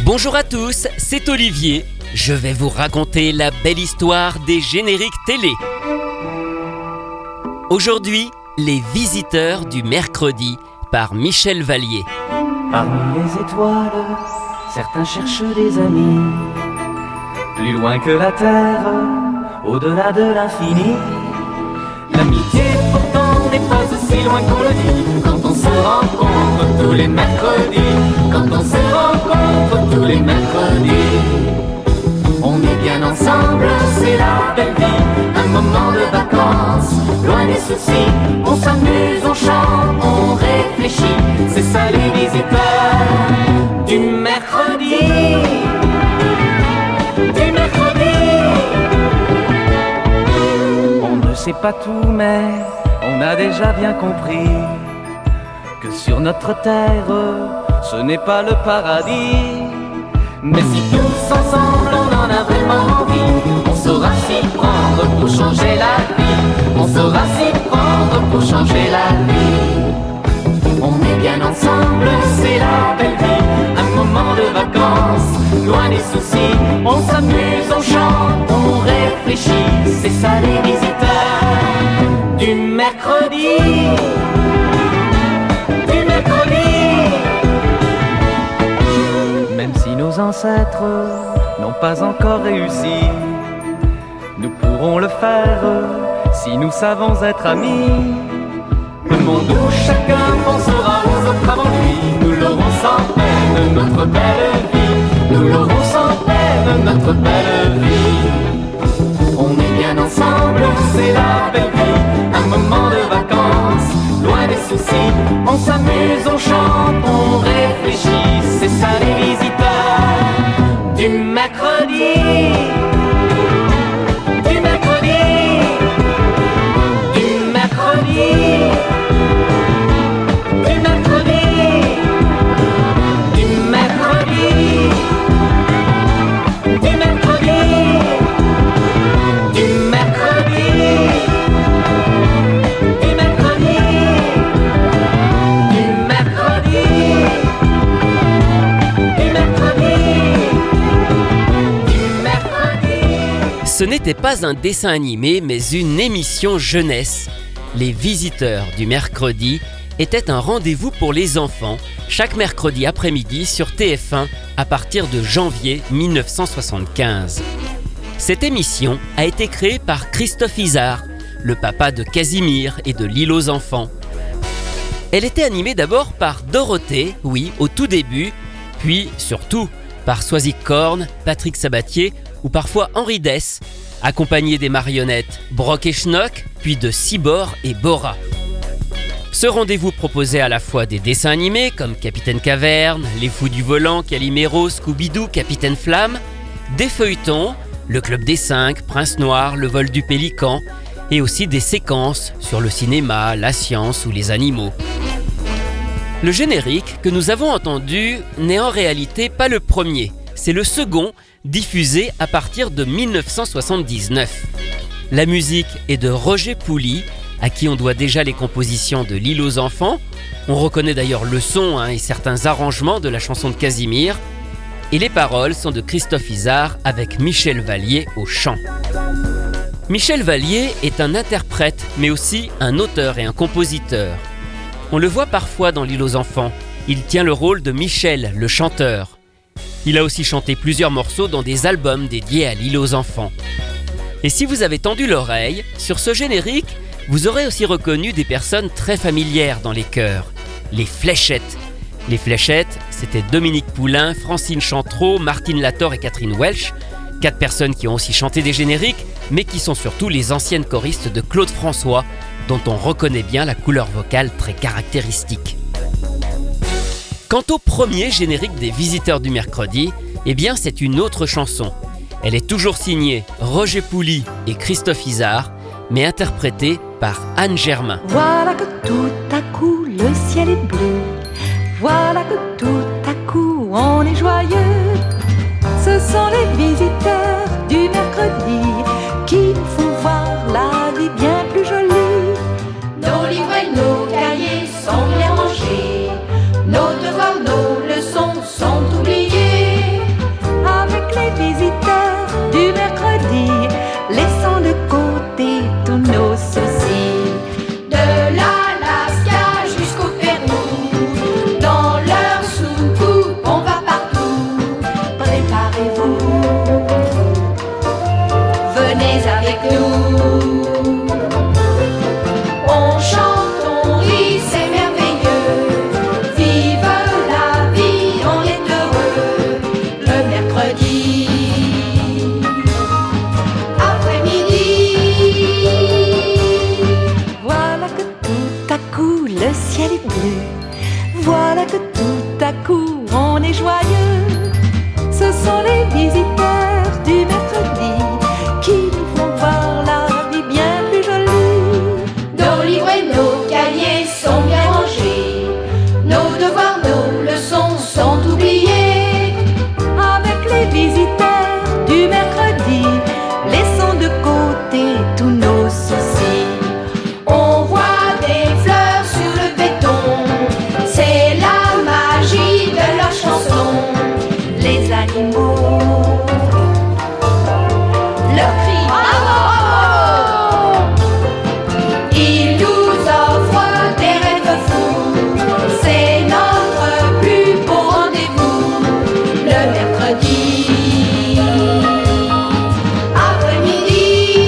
Bonjour à tous, c'est Olivier. Je vais vous raconter la belle histoire des génériques télé. Aujourd'hui, Les Visiteurs du mercredi par Michel Vallier. Parmi les étoiles, certains cherchent des amis, plus loin que la terre, au-delà de l'infini. L'amitié pourtant n'est pas aussi loin qu'on le dit, quand on se rencontre tous les mercredis, quand on se rencontre tous les mercredis. On est bien ensemble, c'est la belle vie, un moment de vacances, loin des soucis. On s'amuse, on chante, on réfléchit, c'est ça les visiteurs du mercredi. Du mercredi. On ne sait pas tout, mais on a déjà bien compris que sur notre terre, ce n'est pas le paradis. Mais si tous ensemble on en a vraiment envie, on saura s'y prendre pour changer la vie. On saura s'y prendre pour changer la vie. On est bien ensemble, c'est la belle vie, un moment de vacances, loin des soucis. On s'amuse, on chante, on réfléchit, c'est ça les visiteurs du mercredi. Du mercredi. Même si nos ancêtres n'ont pas encore réussi, nous pourrons le faire si nous savons être amis. Le monde où chacun pensera aux autres avant lui, nous l'aurons sans peine, notre belle vie. Nous l'aurons sans peine, notre belle vie. On est bien ensemble, c'est la belle vie, un moment de vacances, loin des soucis. On s'amuse, on chante, on réfléchit, c'est ça les visiteurs du mercredi. Du mercredi. Du mercredi. Du mercredi. Du mercredi. Du mercredi. Du mercredi. Du mercredi. Du mercredi. Du mercredi. Ce n'était pas un dessin animé, mais une émission jeunesse. Les Visiteurs du mercredi était un rendez-vous pour les enfants, chaque mercredi après-midi sur TF1 à partir de janvier 1975. Cette émission a été créée par Christophe Izard, le papa de Casimir et de l'île aux enfants. Elle était animée d'abord par Dorothée, oui, au tout début, puis surtout par Soisy Korn, Patrick Sabatier ou parfois Henri Dess, accompagné des marionnettes Brock et Schnock, puis de Cibor et Bora. Ce rendez-vous proposait à la fois des dessins animés comme Capitaine Caverne, Les Fous du Volant, Calimero, Scooby-Doo, Capitaine Flamme, des feuilletons, Le Club des 5, Prince Noir, Le Vol du Pélican, et aussi des séquences sur le cinéma, la science ou les animaux. Le générique que nous avons entendu n'est en réalité pas le premier, c'est le second, diffusé à partir de 1979. La musique est de Roger Pouli, à qui on doit déjà les compositions de l'île aux enfants. On reconnaît d'ailleurs le son et certains arrangements de la chanson de Casimir. Et les paroles sont de Christophe Izard avec Michel Vallier au chant. Michel Vallier est un interprète, mais aussi un auteur et un compositeur. On le voit parfois dans l'île aux enfants. Il tient le rôle de Michel, le chanteur. Il a aussi chanté plusieurs morceaux dans des albums dédiés à l'île aux enfants. Et si vous avez tendu l'oreille, sur ce générique, vous aurez aussi reconnu des personnes très familières dans les chœurs, les Fléchettes. Les Fléchettes, c'était Dominique Poulain, Francine Chantreau, Martine Lator et Catherine Welch, 4 personnes qui ont aussi chanté des génériques, mais qui sont surtout les anciennes choristes de Claude François, dont on reconnaît bien la couleur vocale très caractéristique. Quant au premier générique des Visiteurs du mercredi, eh bien c'est une autre chanson. Elle est toujours signée Roger Pouli et Christophe Izard, mais interprétée par Anne Germain. Voilà que tout à coup le ciel est bleu. Voilà que tout à coup on est joyeux. Ce sont les visiteurs du mercredi qui nous font voir la vie bien plus jolie. Nos livres et nos cahiers sont bien rangés. Nos devoirs, nos leçons sont oubliés. on est joyeux. Ce sont les visiteurs du mercredi qui nous font voir la vie bien plus jolie. Nos livres et nos cahiers sont bien rangés, nos devoirs, nos leçons sont oubliés. Avec les visiteurs du mercredi, laissons de côté tous nos soucis. On voit des fleurs sur le béton, c'est la magie de leur chanson. Les animaux, Leur cri bravo, ils nous offrent des rêves fous. C'est notre plus beau rendez-vous, le mercredi après-midi.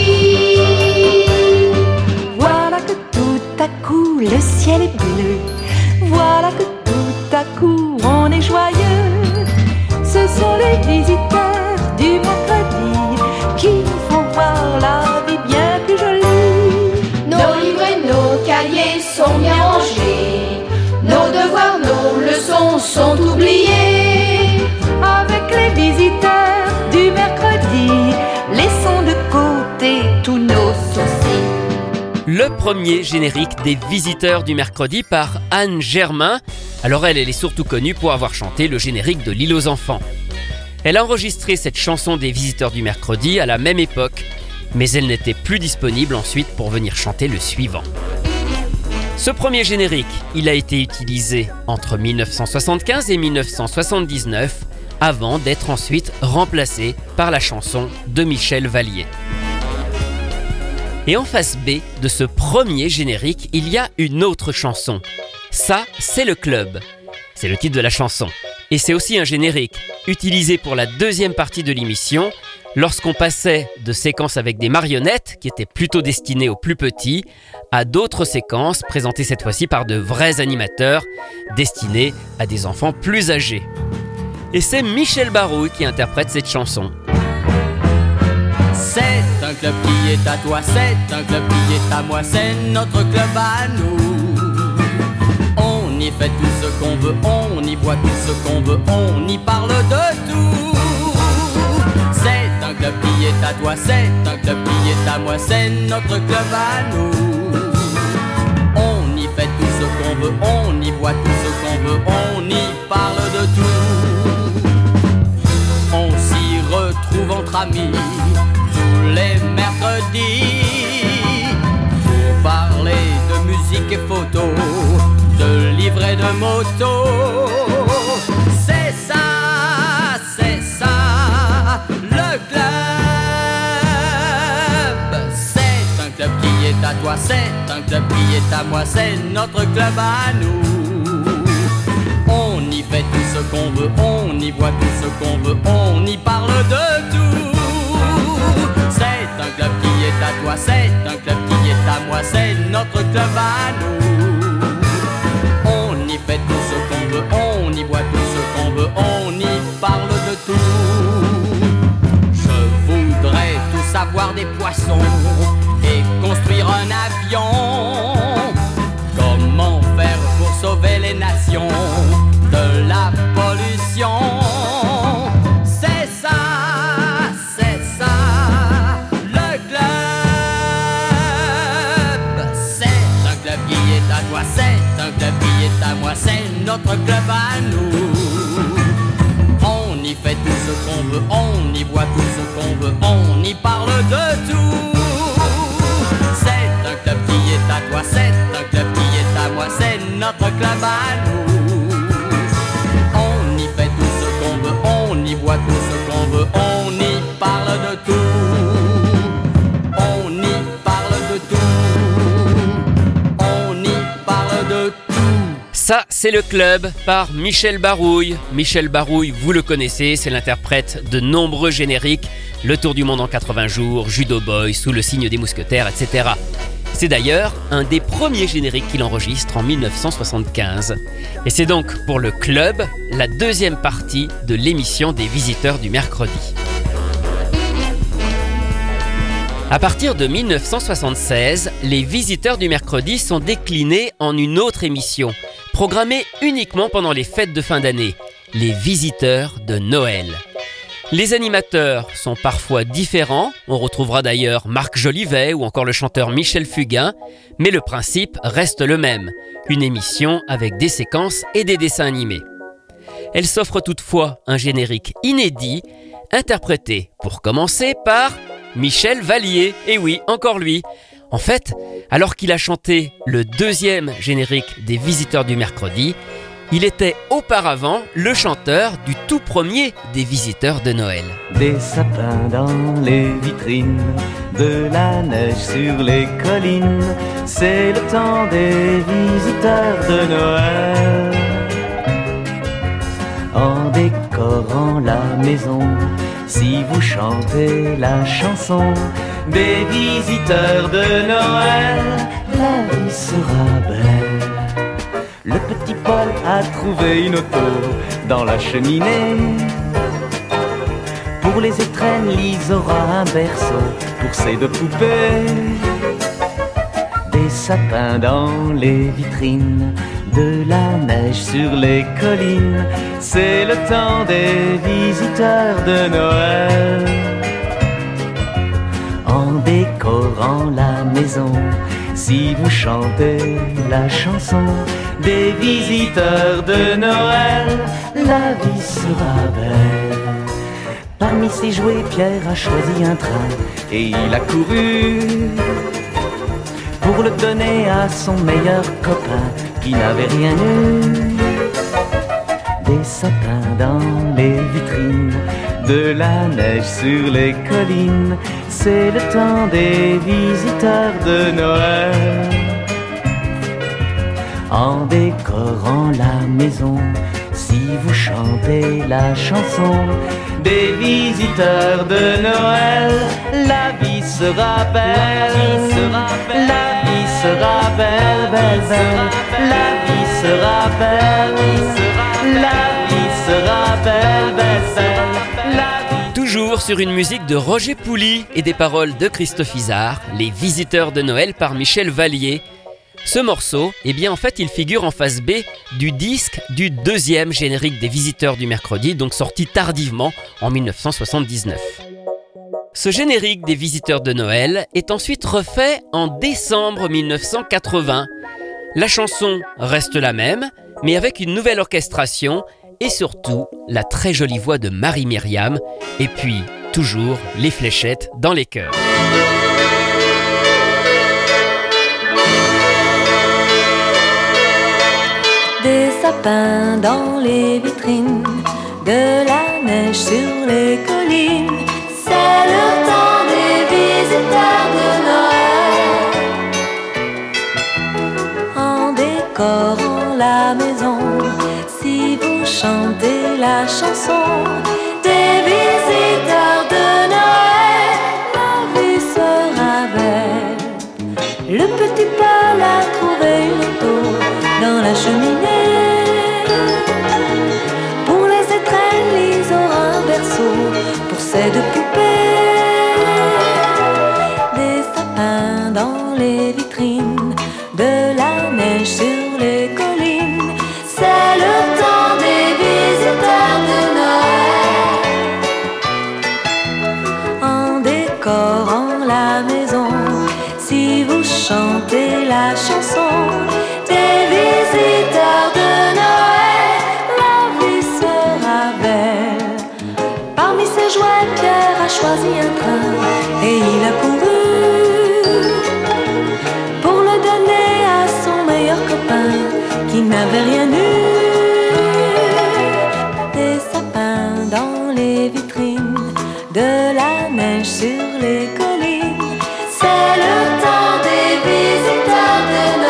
voilà que tout à coup le ciel est bleu. Voilà que tout à coup on est joyeux. Ce sont les visiteurs du mercredi qui nous font voir la vie bien plus jolie. Nos livres et nos cahiers sont bien rangés, nos devoirs, nos leçons sont oubliés. Avec les visiteurs du mercredi, laissons de côté tous nos soucis. Le premier générique des Visiteurs du mercredi par Anne Germain. Alors elle est surtout connue pour avoir chanté le générique de L'île aux enfants. Elle a enregistré cette chanson des Visiteurs du mercredi à la même époque, mais elle n'était plus disponible ensuite pour venir chanter le suivant. Ce premier générique, il a été utilisé entre 1975 et 1979, avant d'être ensuite remplacé par la chanson de Michel Vallier. Et en face B de ce premier générique, il y a une autre chanson. Ça, c'est le club. C'est le titre de la chanson. Et c'est aussi un générique, utilisé pour la deuxième partie de l'émission, lorsqu'on passait de séquences avec des marionnettes, qui étaient plutôt destinées aux plus petits, à d'autres séquences présentées cette fois-ci par de vrais animateurs, destinés à des enfants plus âgés. Et c'est Michel Barouille qui interprète cette chanson. C'est un club qui est à toi, c'est un club qui est à moi, c'est notre club à nous. On y fait tout ce qu'on veut, on y boit tout ce qu'on veut, on y parle de tout. C'est un club qui est à toi, c'est un club qui est à moi, c'est notre club à nous. On y fait tout ce qu'on veut, on y boit tout ce qu'on veut, on y parle de tout. On s'y retrouve entre amis tous les mercredis pour parler de musique et photos, de livres et de motos. C'est ça, le club. C'est un club qui est à toi, c'est un club qui est à moi, c'est notre club à nous. On y fait tout ce qu'on veut, on y boit tout ce qu'on veut, on y parle de tout. C'est un club qui est à toi, c'est un club qui est à moi, c'est notre club à nous. On y fait tout ce qu'on veut, on y boit tout ce qu'on veut, on y parle de tout. Je voudrais tout savoir des poissons et construire un avion. Comment faire pour sauver les nations de la pollution? C'est ça, le club. C'est un club qui est à toi, c'est un club qui est à moi, c'est notre club à nous. On y fait tout ce qu'on veut, on y boit tout ce qu'on veut, on y parle de tout. C'est un club qui est à toi, c'est un club qui est à moi, c'est notre club à nous. On y fait tout ce qu'on veut, on y boit tout ce qu'on veut, on y parle de tout. On y parle de tout. On y parle de tout. Ça, c'est le club par Michel Barouille. Michel Barouille, vous le connaissez, c'est l'interprète de nombreux génériques. Le Tour du monde en 80 jours, Judo Boy, Sous le signe des mousquetaires, etc. C'est d'ailleurs un des premiers génériques qu'il enregistre en 1975. Et c'est donc pour le club la deuxième partie de l'émission des Visiteurs du mercredi. À partir de 1976, les Visiteurs du mercredi sont déclinés en une autre émission, programmée uniquement pendant les fêtes de fin d'année. les visiteurs de Noël. Les animateurs sont parfois différents, on retrouvera d'ailleurs Marc Jolivet ou encore le chanteur Michel Fugain, mais le principe reste le même, une émission avec des séquences et des dessins animés. Elle s'offre toutefois un générique inédit, interprété pour commencer par Michel Vallier, et oui, encore lui. En fait, alors qu'il a chanté le deuxième générique des Visiteurs du Mercredi, il était auparavant le chanteur du tout premier des Visiteurs de Noël. Des sapins dans les vitrines, de la neige sur les collines, c'est le temps des visiteurs de Noël. En décorant la maison, si vous chantez la chanson des visiteurs de Noël, la vie sera belle. Le petit Paul a trouvé une auto dans la cheminée. Pour les étrennes, Lise aura un berceau pour ses deux poupées. Des sapins dans les vitrines, de la neige sur les collines, c'est le temps des visiteurs de Noël. En décorant la maison, si vous chantez la chanson des visiteurs de Noël, la vie sera belle. Parmi ses jouets, Pierre a choisi un train et il a couru pour le donner à son meilleur copain qui n'avait rien eu. Des sapins dans les vitrines, de la neige sur les collines, c'est le temps des visiteurs de Noël. En décorant la maison, si vous chantez la chanson des visiteurs de Noël, la vie sera belle, la vie sera belle, belle, belle, la vie sera belle, la vie sera belle, belle, belle, la vie. Toujours sur une musique de Roger Pouli et des paroles de Christophe Izard, Les Visiteurs de Noël par Michel Vallier. Ce morceau, eh bien en fait il figure en face B du disque du deuxième générique des Visiteurs du Mercredi, donc sorti tardivement en 1979. Ce générique des Visiteurs de Noël est ensuite refait en décembre 1980. La chanson reste la même, mais avec une nouvelle orchestration et surtout la très jolie voix de Marie-Myriam, et puis toujours les fléchettes dans les chœurs. Des sapins dans les vitrines, de la neige sur les collines, c'est le temps des visiteurs de Noël. En décorant la maison, si vous chantez la chanson des visiteurs de Noël, la vie sera belle. Le petit Paul a trouvé une auto dans la cheminée. Pour les étrennes, Lise aura un berceau pour ses deux poupées. Des sapins dans les vitrines, de la neige sur les collines, c'est le temps des visiteurs de Noël. En décorant la maison, si vous chantez la chanson des visiteurs de Noël, la vie sera belle. Parmi ses jouets, Pierre a choisi un train et il a couru pour le donner à son meilleur copain qui n'avait rien eu. Des sapins dans les vitrines, de la neige sur les collines, c'est le temps des visiteurs de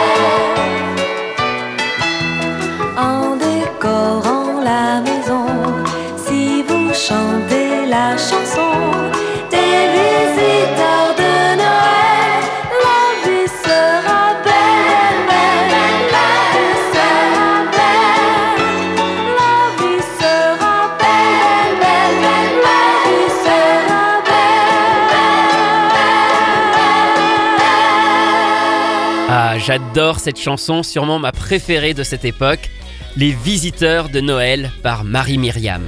Noël. En décorant la maison, si vous chantez la chanson des visiteurs de Noël, la vie sera belle, belle, la vie sera belle, la vie sera belle, belle, belle, la vie sera belle. Ah, j'adore cette chanson, sûrement ma préférée de cette époque. Les visiteurs de Noël par Marie-Myriam.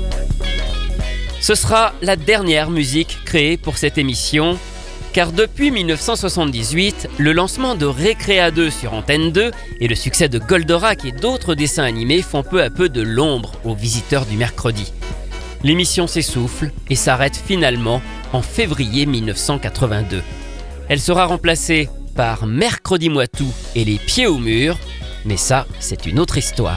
Ce sera la dernière musique créée pour cette émission, car depuis 1978, le lancement de Récréa 2 sur Antenne 2 et le succès de Goldorak et d'autres dessins animés font peu à peu de l'ombre aux visiteurs du mercredi. L'émission s'essouffle et s'arrête finalement en février 1982. Elle sera remplacée par Mercredi-moi tout et Les pieds au mur, mais ça, c'est une autre histoire.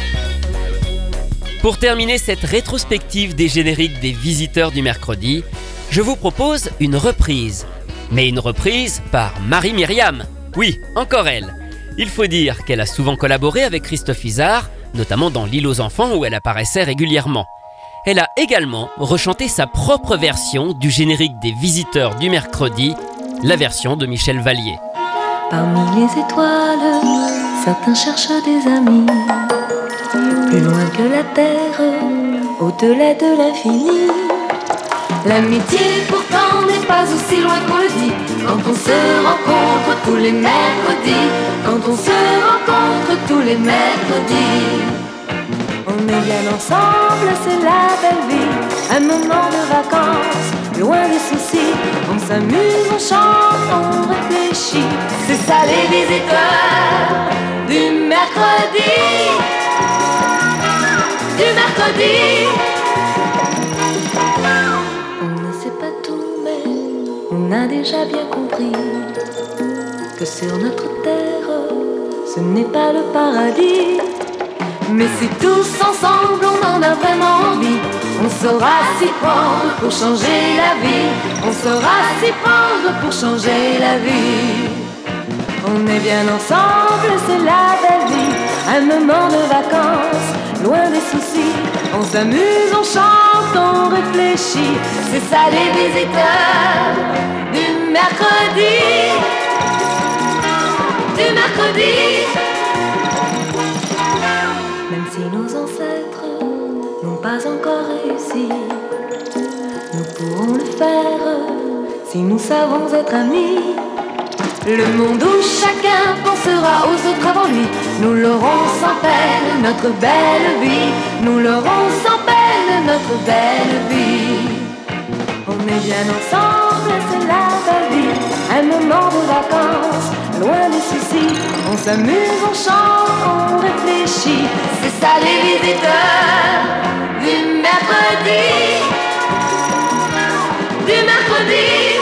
Pour terminer cette rétrospective des génériques des visiteurs du mercredi, je vous propose une reprise. Mais une reprise par Marie-Myriam. Oui, encore elle. Il faut dire qu'elle a souvent collaboré avec Christophe Izard, notamment dans L'île aux enfants où elle apparaissait régulièrement. Elle a également rechanté sa propre version du générique des visiteurs du mercredi, la version de Michel Vallier. Parmi les étoiles, certains cherchent des amis, plus loin que la terre, au-delà de l'infini. L'amitié pourtant n'est pas aussi loin qu'on le dit, quand on se rencontre tous les mercredis, quand on se rencontre tous les mercredis. On est bien ensemble, c'est la belle vie, un moment de vacances, loin des soucis. On s'amuse, on chante, on réfléchit. C'est ça les visiteurs du mercredi. Du mercredi. On ne sait pas tout, mais on a déjà bien compris que sur notre terre, ce n'est pas le paradis. Mais si tous ensemble on en a vraiment envie, on saura s'y prendre pour changer la vie. On saura s'y prendre pour changer la vie. On est bien ensemble, c'est la belle vie, un moment de vacances, loin des soucis. On s'amuse, on chante, on réfléchit. C'est ça les visiteurs du mercredi. Du mercredi. Même si nos ancêtres n'ont pas encore réussi, nous pourrons le faire si nous savons être amis. Le monde où chacun pensera aux autres avant lui, nous l'aurons sans peine, notre belle vie. Nous l'aurons sans peine, notre belle vie. On est bien ensemble, c'est la belle vie, un moment de vacances, loin des soucis. On s'amuse, on chante, on réfléchit. C'est ça les visiteurs du mercredi. Du mercredi.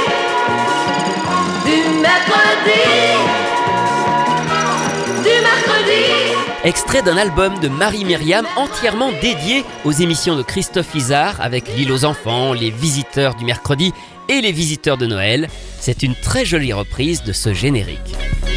Du mercredi. Du mercredi. Extrait d'un album de Marie-Myriam entièrement dédié aux émissions de Christophe Izard avec L'île aux enfants, Les visiteurs du mercredi et Les visiteurs de Noël. C'est une très jolie reprise de ce générique.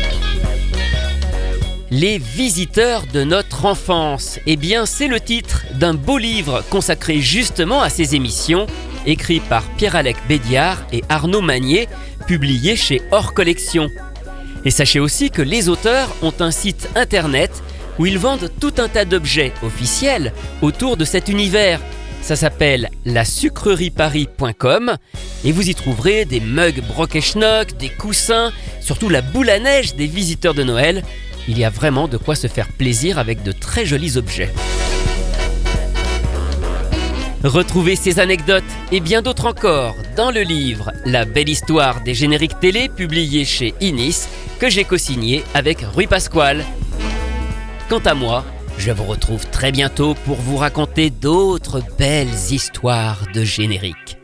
Les visiteurs de notre enfance, eh bien c'est le titre d'un beau livre consacré justement à ces émissions, écrit par Pierre-Alec Bédiard et Arnaud Magnier, publié chez Hors Collection. Et sachez aussi que les auteurs ont un site internet où ils vendent tout un tas d'objets officiels autour de cet univers. Ça s'appelle lasucrerieparis.com et vous y trouverez des mugs Brock & Schnock, des coussins, surtout la boule à neige des visiteurs de Noël. Il y a vraiment de quoi se faire plaisir avec de très jolis objets. Retrouvez ces anecdotes et bien d'autres encore dans le livre La belle histoire des génériques télé publié chez Inis que j'ai co-signé avec Rui Pasquale. Quant à moi, je vous retrouve très bientôt pour vous raconter d'autres belles histoires de génériques.